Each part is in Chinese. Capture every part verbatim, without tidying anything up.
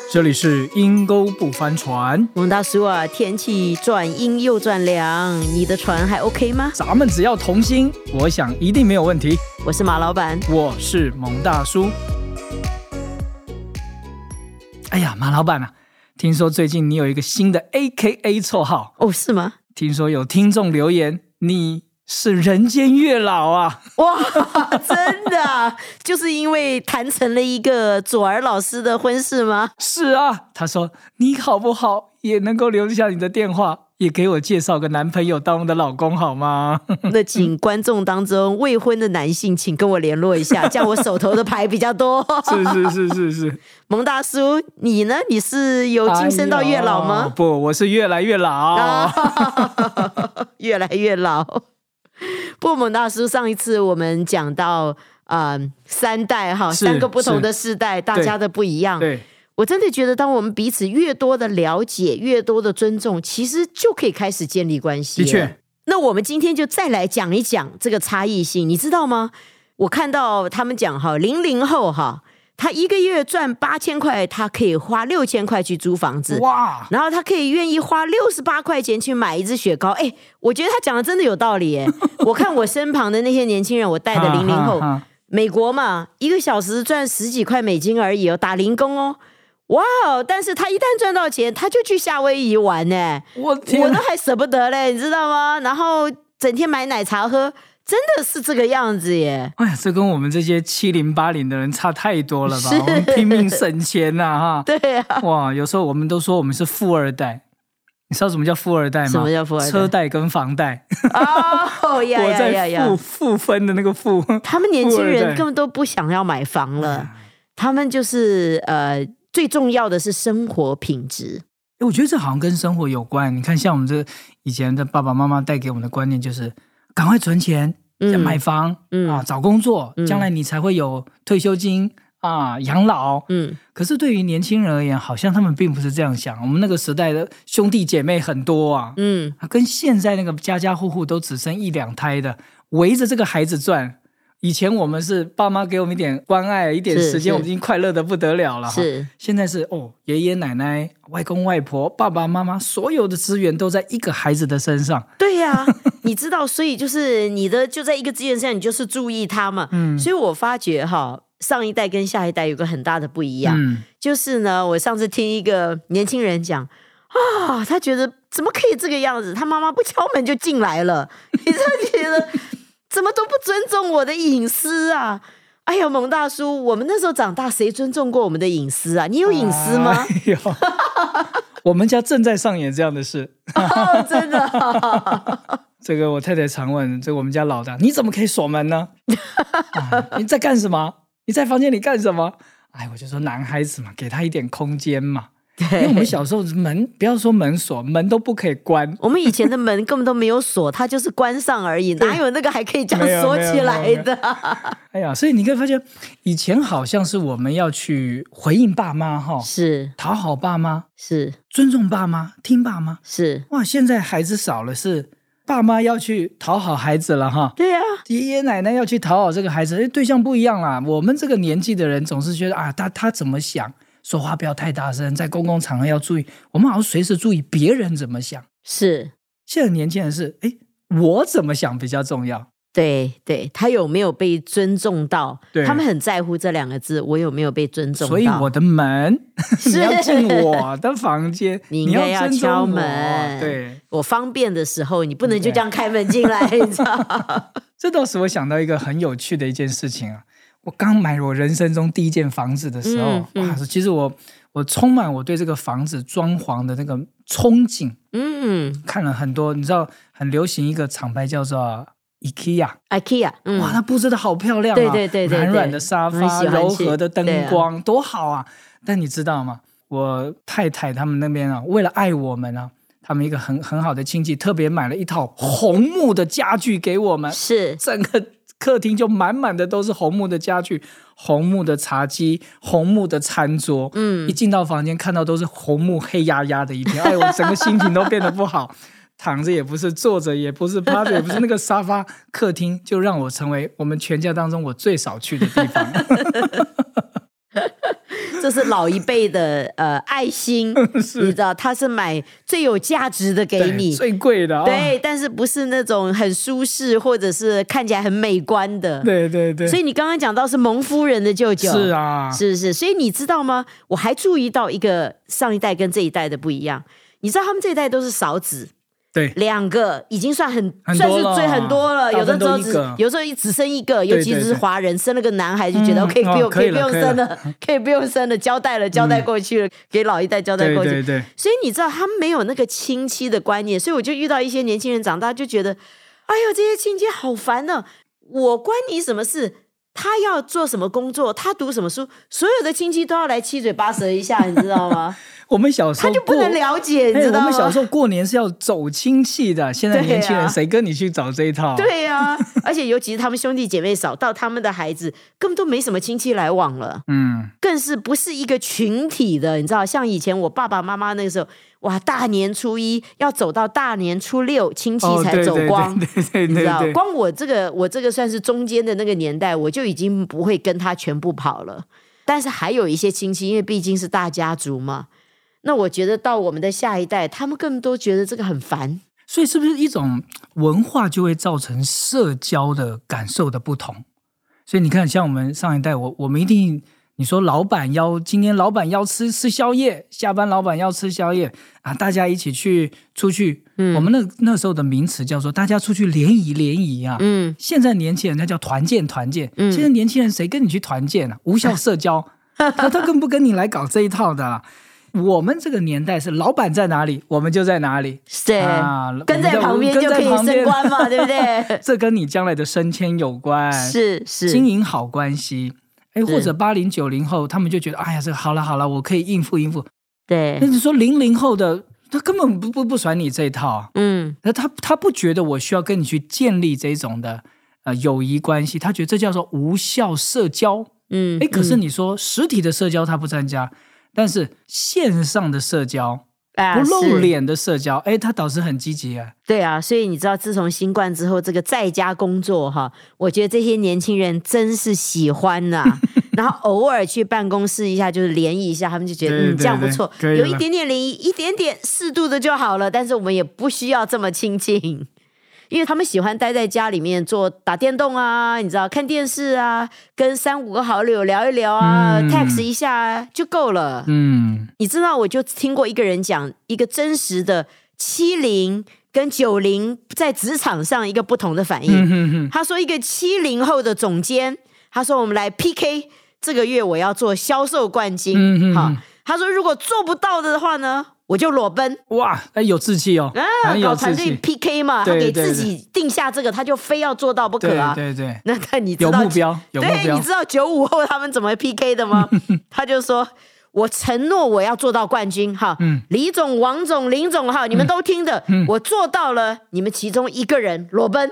这里是阴沟不翻船。 蒙大叔啊，天气转阴又转凉，你的船还 OK 吗？ 咱们只要同心，我想一定没有问题。 我是马老板， 我是蒙大叔。哎呀，马老板啊，听说最近你有一个新的 A K A 绰号哦，是吗？ 听说有听众留言，你是人间月老啊！ 哇，真的就是因为谈成了一个左儿老师的婚事吗？ 是啊，他说你好不好也能够留下你的电话，也给我介绍个男朋友当我的老公好吗？ 那请观众当中未婚的男性请跟我联络一下，这样我手头的牌比较多。 是是是是是。 蒙大叔你呢？你是有晋升到月老吗？ 哎、不，我是越来越老、啊、 越来越老。不过蒙大叔上一次我们讲到、呃、三代哈，三个不同的世代，大家的不一样。 对， 我真的觉得当我们彼此越多的了解，越多的尊重，其实就可以开始建立关系了。 的确。 那我们今天就再来讲一讲这个差异性，你知道吗？我看到他们讲哈，零零后哈，他一个月赚八千块，他可以花六千块去租房子，哇！然后他可以愿意花六十八块钱去买一支雪糕。哎，我觉得他讲的真的有道理耶。我看我身旁的那些年轻人，我带的零零后，美国嘛，一个小时赚十几块美金而已哦，打零工哦。哇哦！但是他一旦赚到钱，他就去夏威夷玩呢。 我天， 我都还舍不得嘞，你知道吗？然后整天买奶茶喝。真的是这个样子耶！ 哎呀，这跟我们这些七零八零的人差太多了吧？我们拼命省钱呐、啊，哈！ 对啊， 哇，有时候我们都说我们是富二代，你知道什么叫富二代吗？ 什么叫富二代？ 车贷跟房贷。 哦呀呀呀呀！ 我在负负分的那个负。 他们年轻人根本都不想要买房了，他们就是呃，最重要的是生活品质。 我觉得这好像跟生活有关。你看，像我们这以前的爸爸妈妈带给我们的观念就是。赶快存钱，嗯、买房、嗯、啊，找工作，嗯、将来你才会有退休金啊，养老。嗯，可是对于年轻人而言，好像他们并不是这样想。我们那个时代的兄弟姐妹很多啊，嗯，跟现在那个家家户户都只生一两胎的，围着这个孩子转。以前我们是爸妈给我们一点关爱，一点时间，我们已经快乐得不得了了。是，现在是哦，爷爷奶奶、外公外婆、爸爸妈妈，所有的资源都在一个孩子的身上。 对呀、啊，你知道，所以就是你的就在一个资源上，你就是注意他嘛。嗯，所以我发觉哈，上一代跟下一代有个很大的不一样，嗯、就是呢，我上次听一个年轻人讲啊，他觉得怎么可以这个样子？他妈妈不敲门就进来了，你知道觉得？怎么都不尊重我的隐私啊！哎呀，蒙大叔，我们那时候长大，谁尊重过我们的隐私啊？你有隐私吗？ 哎呦，我们家正在上演这样的事。 哦、真的、啊。 这个我太太常问，这个我们家老大，你怎么可以锁门呢、啊？你在干什么？你在房间里干什么？哎，我就说男孩子嘛，给他一点空间嘛。因为我们小时候门不要说门锁，门都不可以关。 我们以前的门根本都没有锁，它就是关上而已，哪有那个还可以这样锁起来的？ 哎呀，所以你可以发现，以前好像是我们要去回应爸妈哈， 是讨好爸妈， 是尊重爸妈，听爸妈， 是哇。现在孩子少了，是爸妈要去讨好孩子了哈。 对啊， 爷爷奶奶要去讨好这个孩子，对象不一样啦。我们这个年纪的人总是觉得啊，他他怎么想？说话不要太大声，在公共场合要注意，我们好像随时注意别人怎么想。 是， 现在年轻人是，哎，我怎么想比较重要。 对对，他有没有被尊重到？他们很在乎这两个字，我有没有被尊重到？ 所以我的门，你要进我的房间， 你应该要敲门。 对， 我方便的时候，你不能就这样开门进来，你知道？ 这倒是我想到一个很有趣的一件事情啊。我刚买我人生中第一件房子的时候，嗯嗯、哇，其实我我充满我对这个房子装潢的那个憧憬。嗯，看了很多，你知道很流行一个厂牌叫做 IKEA。IKEA，、嗯、哇，它布置的好漂亮啊！ 对对对对， 软软的沙发，柔和的灯光，啊、多好啊！但你知道吗？我太太他们那边啊，为了爱我们啊。他们一个很很好的亲戚特别买了一套红木的家具给我们， 是整个客厅就满满的都是红木的家具，红木的茶几，红木的餐桌。嗯，一进到房间看到都是红木黑压压的一片，哎，我整个心情都变得不好。躺着也不是，坐着也不是，趴着也不是，那个沙发客厅就让我成为我们全家当中我最少去的地方。 这这是老一辈的呃爱心，你知道，他是买最有价值的给你， 最贵的、哦， 对，但是不是那种很舒适或者是看起来很美观的， 对对对。 所以你刚刚讲到是蒙夫人的舅舅， 是啊， 是不是？所以你知道吗？我还注意到一个上一代跟这一代的不一样，你知道他们这一代都是少子。 对， 两个已经算很很算是最很多了，有的时候只有时候只生一个，尤其是华人生了个男孩就觉得可以不用可以不用生了，可以不用生了，交代了交代过去了，嗯、给老一代交代过去。 对对对。 所以你知道他们没有那个亲戚的观念，所以我就遇到一些年轻人长大就觉得，哎呦这些亲戚好烦呢、啊，我关你什么事？他要做什么工作，他读什么书，所有的亲戚都要来七嘴八舌一下，你知道吗？ 我们小时候他就不能了解，你知道吗？ 我们小时候过年是要走亲戚的，现在年轻人谁跟你去找这一套？ 对啊，而且尤其是他们兄弟姐妹少，到他们的孩子根本都没什么亲戚来往了，嗯，更是不是一个群体的，你知道，像以前我爸爸妈妈那个时候，哇，大年初一要走到大年初六，亲戚才走光， 哦、对对对对对对， 你知道，光我这个我这个算是中间的那个年代，我就已经不会跟他全部跑了，但是还有一些亲戚，因为毕竟是大家族嘛。那我觉得到我们的下一代，他们更多觉得这个很烦， 所以是不是一种文化就会造成社交的感受的不同？所以你看，像我们上一代，我我们一定你说老板邀今天老板要吃吃宵夜，下班老板要吃宵夜啊，大家一起去出去，嗯，我们那那时候的名词叫做大家出去联谊联谊啊，嗯，现在年轻人那叫团建团建，嗯，现在年轻人谁跟你去团建啊？无效社交，他他更不跟你来搞这一套的、啊。我们这个年代是老板在哪里我们就在哪里， 对、啊、跟在旁边就可以升官嘛，对不对？ 这跟你将来的升迁有关， 是是经营好关系，哎，或者八零九零后他们就觉得哎呀这个好了好了我可以应付应付， 对。 但是说零零后的他根本不不不甩你这一套，嗯，他他不觉得我需要跟你去建立这种的呃友谊关系，他觉得这叫做无效社交，嗯，哎，可是你说实体的社交他不参加。但是线上的社交、啊、不露脸的社交，哎，他倒是很积极啊。 对啊，所以你知道，自从新冠之后，这个在家工作哈，我觉得这些年轻人真是喜欢呐、啊。然后偶尔去办公室一下，就是联谊一下，他们就觉得嗯这样不错，有一点点联谊，一点点适度的就好了。但是我们也不需要这么亲近。因为他们喜欢待在家里面做打电动啊，你知道看电视啊，跟三五个好友聊一聊啊、嗯、text 一下、啊、就够了。嗯，你知道我就听过一个人讲一个真实的七零跟九零在职场上一个不同的反应、嗯、哼哼他说一个七零后的总监，他说我们来 P K， 这个月我要做销售冠军、嗯、哼哼好，他说如果做不到的话呢我就裸奔。 哇，哎，有志气哦！ 啊，搞团队 P K 嘛，他给自己定下这个，他就非要做到不可啊！ 对对对， 那看你知道有目标，有目标。 对，你知道九五后他们怎么 P K 的吗？他就说：“我承诺我要做到冠军，哈，嗯，李总、王总、林总，哈，你们都听的，嗯、我做到了，你们其中一个人裸奔。”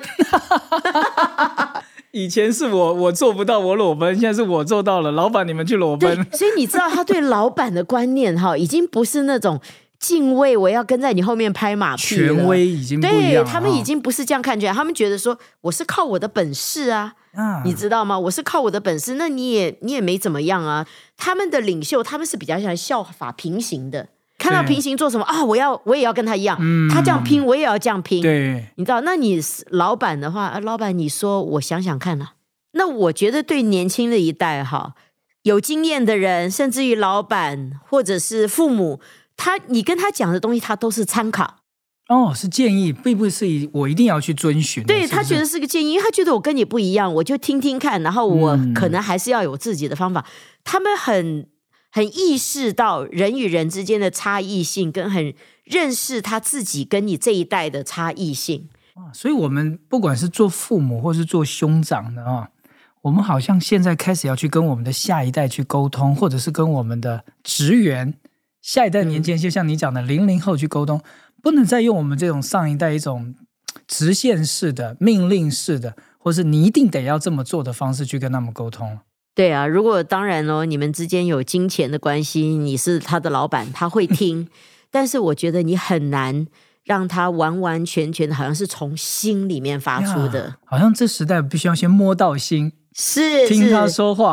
以前是我我做不到我裸奔，现在是我做到了，老板你们去裸奔。 所以你知道他对老板的观念哈，已经不是那种。敬畏，我要跟在你后面拍马屁了， 权威已经不一样了， 对，他们已经不是这样看起来，他们觉得说我是靠我的本事啊，啊你知道吗？我是靠我的本事，那你也你也没怎么样啊。他们的领袖，他们是比较像效法平行的，看到平行做什么啊，我要我也要跟他一样，嗯、他这样拼，我也要这样拼。 对， 你知道？那你老板的话，老板你说我想想看啊，那我觉得对年轻的一代哈，有经验的人，甚至于老板或者是父母。他，你跟他讲的东西，他都是参考哦，是建议，并不是我一定要去遵循。 对， 是是他觉得是个建议，因为他觉得我跟你不一样，我就听听看，然后我可能还是要有自己的方法。嗯、他们很很意识到人与人之间的差异性，跟很认识他自己跟你这一代的差异性。 所以，我们不管是做父母或是做兄长的啊，我们好像现在开始要去跟我们的下一代去沟通，或者是跟我们的职员。下一代年轻人就像你讲的零零后去沟通，不能再用我们这种上一代一种直线式的命令式的，或是你一定得要这么做的方式去跟他们沟通。 对啊，如果当然哦，你们之间有金钱的关系，你是他的老板，他会听但是我觉得你很难让他完完全全的好像是从心里面发出的， 好像这时代必须要先摸到心， 是听他说话。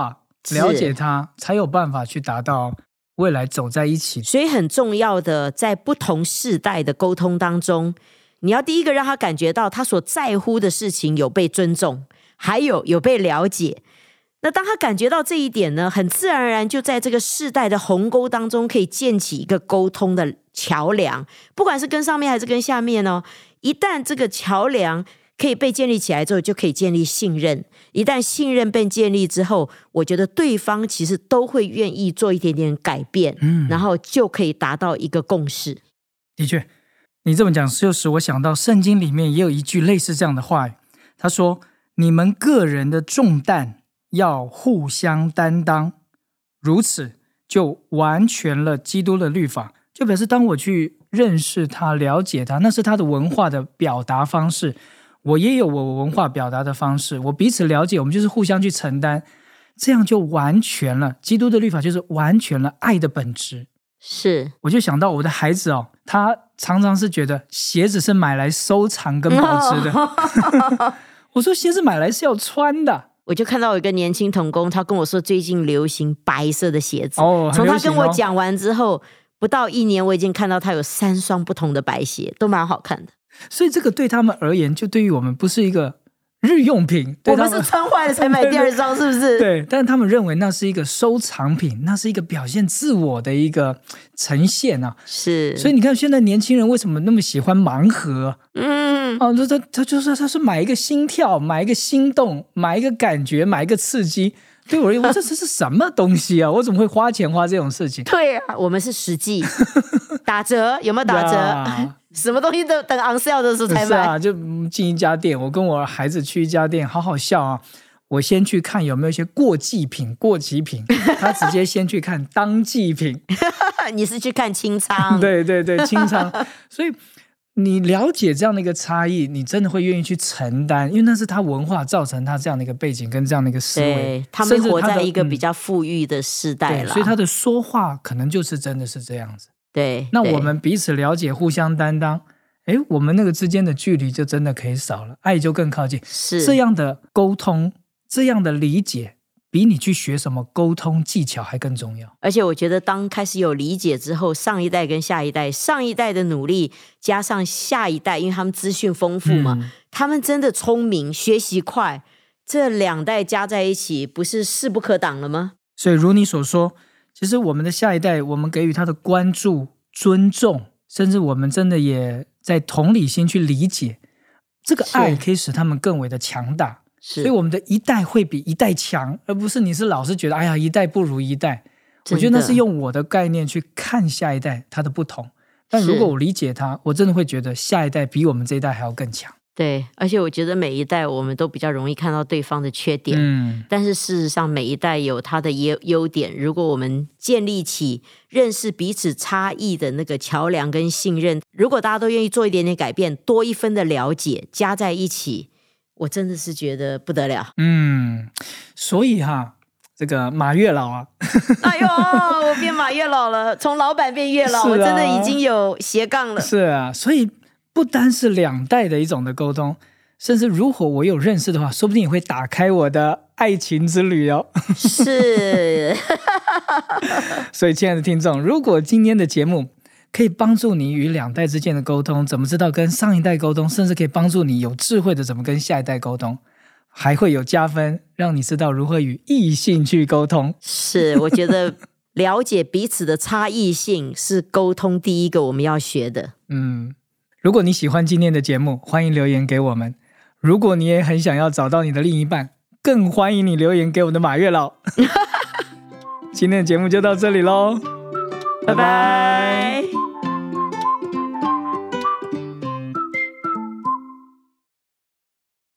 了解他，才有办法去达到未来走在一起。 所以很重要的，在不同世代的沟通当中，你要第一个让他感觉到他所在乎的事情有被尊重，还有有被了解。那当他感觉到这一点呢，很自然而然就在这个世代的鸿沟当中可以建起一个沟通的桥梁，不管是跟上面还是跟下面哦。一旦这个桥梁可以被建立起来之后，就可以建立信任。一旦信任被建立之后，我觉得对方其实都会愿意做一点点改变，嗯，然后就可以达到一个共识。 的确，你这么讲就使我想到圣经里面也有一句类似这样的话语，他说你们个人的重担要互相担当，如此就完全了基督的律法。就表示当我去认识他了解他，那是他的文化的表达方式，我也有我文化表达的方式，我彼此了解，我们就是互相去承担，这样就完全了基督的律法，就是完全了爱的本质。 是， 我就想到我的孩子哦，他常常是觉得鞋子是买来收藏跟保值的、哦、我说鞋子买来是要穿的。 我就看到有一个年轻童工，他跟我说最近流行白色的鞋子、 哦、 从他跟我讲完之后不到一年，我已经看到他有三双不同的白鞋，都蛮好看的。 所以这个对他们而言，就对于我们不是一个日用品， 我们是穿坏了才买第二双是不是？ 对，但是他们认为那是一个收藏品，那是一个表现自我的一个呈现啊。 是， 所以你看现在年轻人为什么那么喜欢盲盒？嗯，哦，他他就是他是买一个心跳，买一个心动，买一个感觉，买一个刺激。对我而言，我这这是什么东西啊？我怎么会花钱花这种事情？ 对啊，我们是实际打折，有没有打折？什么东西都等 on sale 的时候才买。是啊，就进一家店，我跟我孩子去一家店，好好笑啊！我先去看有没有一些过季品、过期品，他直接先去看当季品。 你是去看清仓？ 对对对，清仓。所以你了解这样的一个差异，你真的会愿意去承担，因为那是他文化造成他这样的一个背景跟这样的一个思维。 对，他们活在一个比较富裕的时代了、嗯、 所以他的说话可能就是真的是这样子。 对， 那我们彼此了解，互相担当，诶，我们那个之间的距离就真的可以少了，爱就更靠近。 是这样的沟通，这样的理解，比你去学什么沟通技巧还更重要。 而且我觉得当开始有理解之后，上一代跟下一代，上一代的努力加上下一代，因为他们资讯丰富嘛、嗯、他们真的聪明学习快，这两代加在一起不是势不可挡了吗？ 所以如你所说，其实我们的下一代，我们给予他的关注、尊重，甚至我们真的也在同理心去理解，这个爱可以使他们更为的强大。所以我们的一代会比一代强，而不是你是老是觉得哎呀一代不如一代。我觉得那是用我的概念去看下一代他的不同，但如果我理解他，我真的会觉得下一代比我们这一代还要更强。 对，而且我觉得每一代我们都比较容易看到对方的缺点、嗯、但是事实上每一代有他的优点，如果我们建立起认识彼此差异的那个桥梁跟信任，如果大家都愿意做一点点改变，多一分的了解加在一起，我真的是觉得不得了。 嗯，所以哈，这个马月老啊， 哎呦，我变马月老了，从老板变月老、啊、我真的已经有斜杠了。 是啊，所以不单是两代的一种的沟通，甚至如果我有认识的话，说不定也会打开我的爱情之旅哦。 是。 所以亲爱的听众，如果今天的节目可以帮助你与两代之间的沟通，怎么知道跟上一代沟通，甚至可以帮助你有智慧的怎么跟下一代沟通，还会有加分，让你知道如何与异性去沟通。 是，我觉得了解彼此的差异性是沟通第一个我们要学的。 嗯，如果你喜欢今天的节目，欢迎留言给我们。如果你也很想要找到你的另一半，更欢迎你留言给我们的马月老。今天的节目就到这里咯，拜拜。